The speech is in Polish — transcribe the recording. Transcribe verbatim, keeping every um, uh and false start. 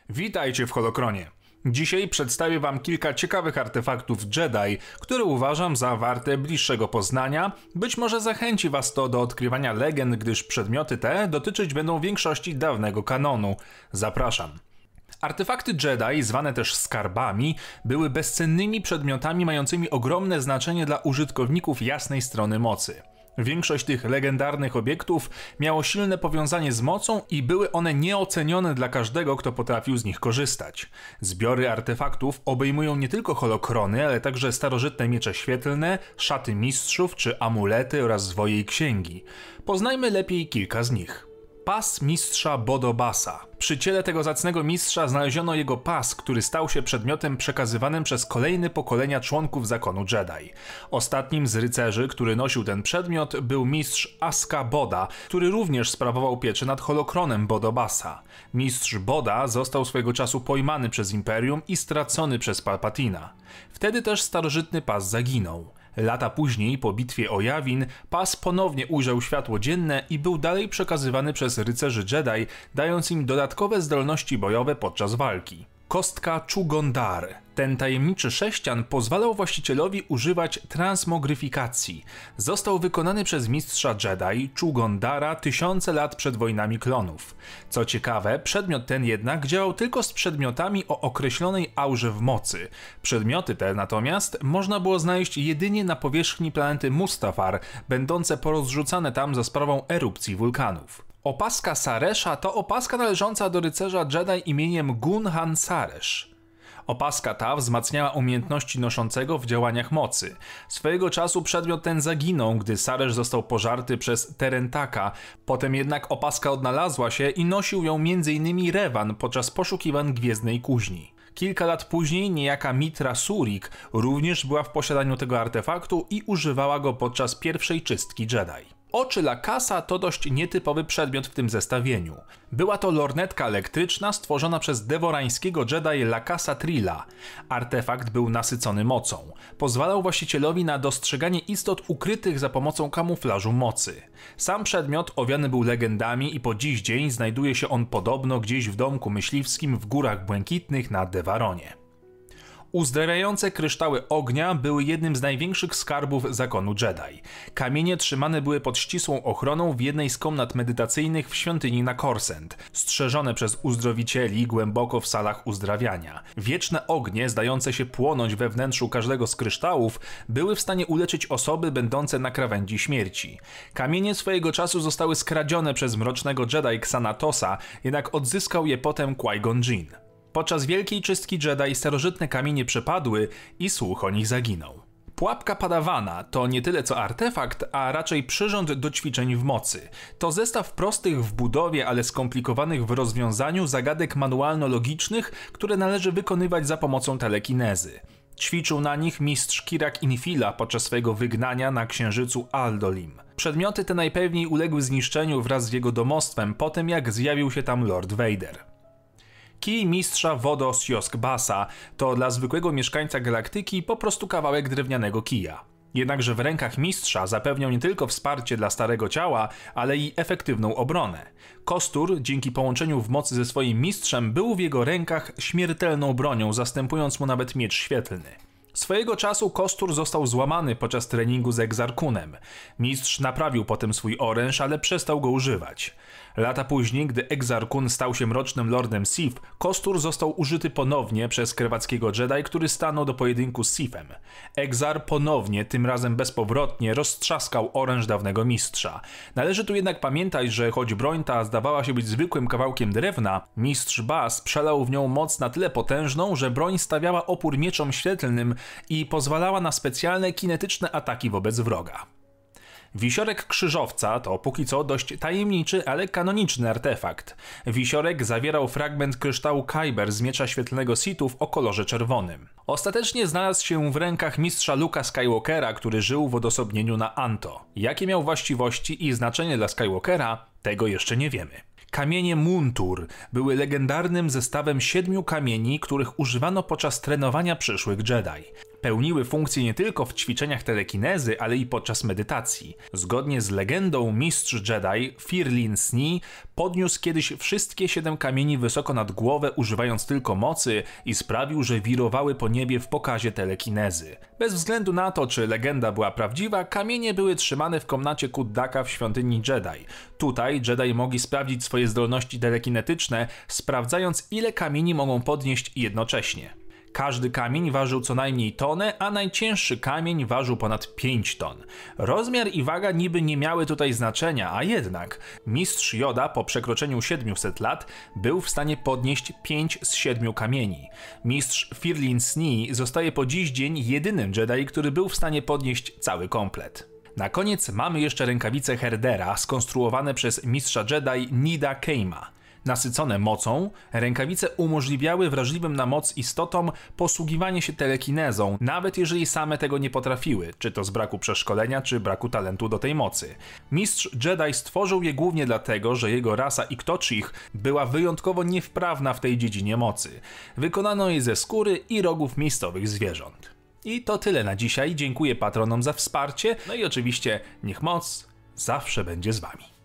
Witajcie w Holokronie. Dzisiaj przedstawię wam kilka ciekawych artefaktów Jedi, które uważam za warte bliższego poznania. Być może zachęci was to do odkrywania legend, gdyż przedmioty te dotyczyć będą większości dawnego kanonu. Zapraszam. Artefakty Jedi, zwane też skarbami, były bezcennymi przedmiotami mającymi ogromne znaczenie dla użytkowników jasnej strony mocy. Większość tych legendarnych obiektów miało silne powiązanie z mocą i były one nieocenione dla każdego, kto potrafił z nich korzystać. Zbiory artefaktów obejmują nie tylko holokrony, ale także starożytne miecze świetlne, szaty mistrzów czy amulety oraz zwoje i księgi. Poznajmy lepiej kilka z nich. Pas mistrza Bodo Bassa. Przy ciele tego zacnego mistrza znaleziono jego pas, który stał się przedmiotem przekazywanym przez kolejne pokolenia członków zakonu Jedi. Ostatnim z rycerzy, który nosił ten przedmiot, był mistrz Aska Boda, który również sprawował pieczę nad holokronem Bodo Bassa. Mistrz Boda został swego czasu pojmany przez Imperium i stracony przez Palpatina. Wtedy też starożytny pas zaginął. Lata później, po bitwie o Yavin, pas ponownie ujrzał światło dzienne i był dalej przekazywany przez rycerzy Jedi, dając im dodatkowe zdolności bojowe podczas walki. Kostka Chugon-Dar. Ten tajemniczy sześcian pozwalał właścicielowi używać transmogryfikacji. Został wykonany przez mistrza Jedi Chugon-Dara tysiące lat przed wojnami klonów. Co ciekawe, przedmiot ten jednak działał tylko z przedmiotami o określonej aurze w mocy. Przedmioty te natomiast można było znaleźć jedynie na powierzchni planety Mustafar, będące porozrzucane tam za sprawą erupcji wulkanów. Opaska Saresza to opaska należąca do rycerza Jedi imieniem Gunhan Saresz. Opaska ta wzmacniała umiejętności noszącego w działaniach mocy. Swojego czasu przedmiot ten zaginął, gdy Saresz został pożarty przez Terentaka. Potem jednak opaska odnalazła się i nosił ją między innymi Revan podczas poszukiwań Gwiezdnej Kuźni. Kilka lat później niejaka Mitra Surik również była w posiadaniu tego artefaktu i używała go podczas pierwszej czystki Jedi. Oczy Lakasa to dość nietypowy przedmiot w tym zestawieniu. Była to lornetka elektryczna stworzona przez deworańskiego Jedi Lakasa Trilla. Artefakt był nasycony mocą. Pozwalał właścicielowi na dostrzeganie istot ukrytych za pomocą kamuflażu mocy. Sam przedmiot owiany był legendami i po dziś dzień znajduje się on podobno gdzieś w domku myśliwskim w Górach Błękitnych na Devaronie. Uzdrawiające kryształy ognia były jednym z największych skarbów zakonu Jedi. Kamienie trzymane były pod ścisłą ochroną w jednej z komnat medytacyjnych w świątyni na Korsent, strzeżone przez uzdrowicieli głęboko w salach uzdrawiania. Wieczne ognie, zdające się płonąć we wnętrzu każdego z kryształów, były w stanie uleczyć osoby będące na krawędzi śmierci. Kamienie swojego czasu zostały skradzione przez mrocznego Jedi Xanatosa, jednak odzyskał je potem Qui-Gon Jinn. Podczas wielkiej czystki Jedi starożytne kamienie przepadły i słuch o nich zaginął. Pułapka Padawana to nie tyle co artefakt, a raczej przyrząd do ćwiczeń w mocy. To zestaw prostych w budowie, ale skomplikowanych w rozwiązaniu zagadek manualno-logicznych, które należy wykonywać za pomocą telekinezy. Ćwiczył na nich mistrz Kirak Infila podczas swojego wygnania na księżycu Aldolim. Przedmioty te najpewniej uległy zniszczeniu wraz z jego domostwem po tym, jak zjawił się tam Lord Vader. Kij mistrza Wodo Siosk Bassa to dla zwykłego mieszkańca galaktyki po prostu kawałek drewnianego kija. Jednakże w rękach mistrza zapewniał nie tylko wsparcie dla starego ciała, ale i efektywną obronę. Kostur, dzięki połączeniu w mocy ze swoim mistrzem, był w jego rękach śmiertelną bronią, zastępując mu nawet miecz świetlny. Swojego czasu kostur został złamany podczas treningu z Exar-Kunem. Mistrz naprawił potem swój oręż, ale przestał go używać. Lata później, gdy Exar-Kun stał się mrocznym lordem Sith, kostur został użyty ponownie przez krewackiego Jedi, który stanął do pojedynku z Sithem. Exar ponownie, tym razem bezpowrotnie, roztrzaskał oręż dawnego mistrza. Należy tu jednak pamiętać, że choć broń ta zdawała się być zwykłym kawałkiem drewna, mistrz Bass przelał w nią moc na tyle potężną, że broń stawiała opór mieczom świetlnym i pozwalała na specjalne kinetyczne ataki wobec wroga. Wisiorek Krzyżowca to póki co dość tajemniczy, ale kanoniczny artefakt. Wisiorek zawierał fragment kryształu Kyber z miecza świetlnego Sithów o kolorze czerwonym. Ostatecznie znalazł się w rękach mistrza Luke'a Skywalkera, który żył w odosobnieniu na Anto. Jakie miał właściwości i znaczenie dla Skywalkera, tego jeszcze nie wiemy. Kamienie Muntur były legendarnym zestawem siedmiu kamieni, których używano podczas trenowania przyszłych Jedi. Pełniły funkcję nie tylko w ćwiczeniach telekinezy, ale i podczas medytacji. Zgodnie z legendą mistrz Jedi Firlin Snee podniósł kiedyś wszystkie siedem kamieni wysoko nad głowę, używając tylko mocy, i sprawił, że wirowały po niebie w pokazie telekinezy. Bez względu na to, czy legenda była prawdziwa, kamienie były trzymane w komnacie Kuddaka w świątyni Jedi. Tutaj Jedi mogli sprawdzić swoje zdolności telekinetyczne, sprawdzając, ile kamieni mogą podnieść jednocześnie. Każdy kamień ważył co najmniej tonę, a najcięższy kamień ważył ponad pięć ton. Rozmiar i waga niby nie miały tutaj znaczenia, a jednak mistrz Yoda po przekroczeniu siedmiuset lat był w stanie podnieść pięć z siedmiu kamieni. Mistrz Firlin Snee zostaje po dziś dzień jedynym Jedi, który był w stanie podnieść cały komplet. Na koniec mamy jeszcze rękawice Herdera, skonstruowane przez mistrza Jedi Nida Keima. Nasycone mocą, rękawice umożliwiały wrażliwym na moc istotom posługiwanie się telekinezą, nawet jeżeli same tego nie potrafiły, czy to z braku przeszkolenia, czy braku talentu do tej mocy. Mistrz Jedi stworzył je głównie dlatego, że jego rasa Iktochich była wyjątkowo niewprawna w tej dziedzinie mocy. Wykonano je ze skóry i rogów miejscowych zwierząt. I to tyle na dzisiaj. Dziękuję patronom za wsparcie, no i oczywiście niech moc zawsze będzie z wami.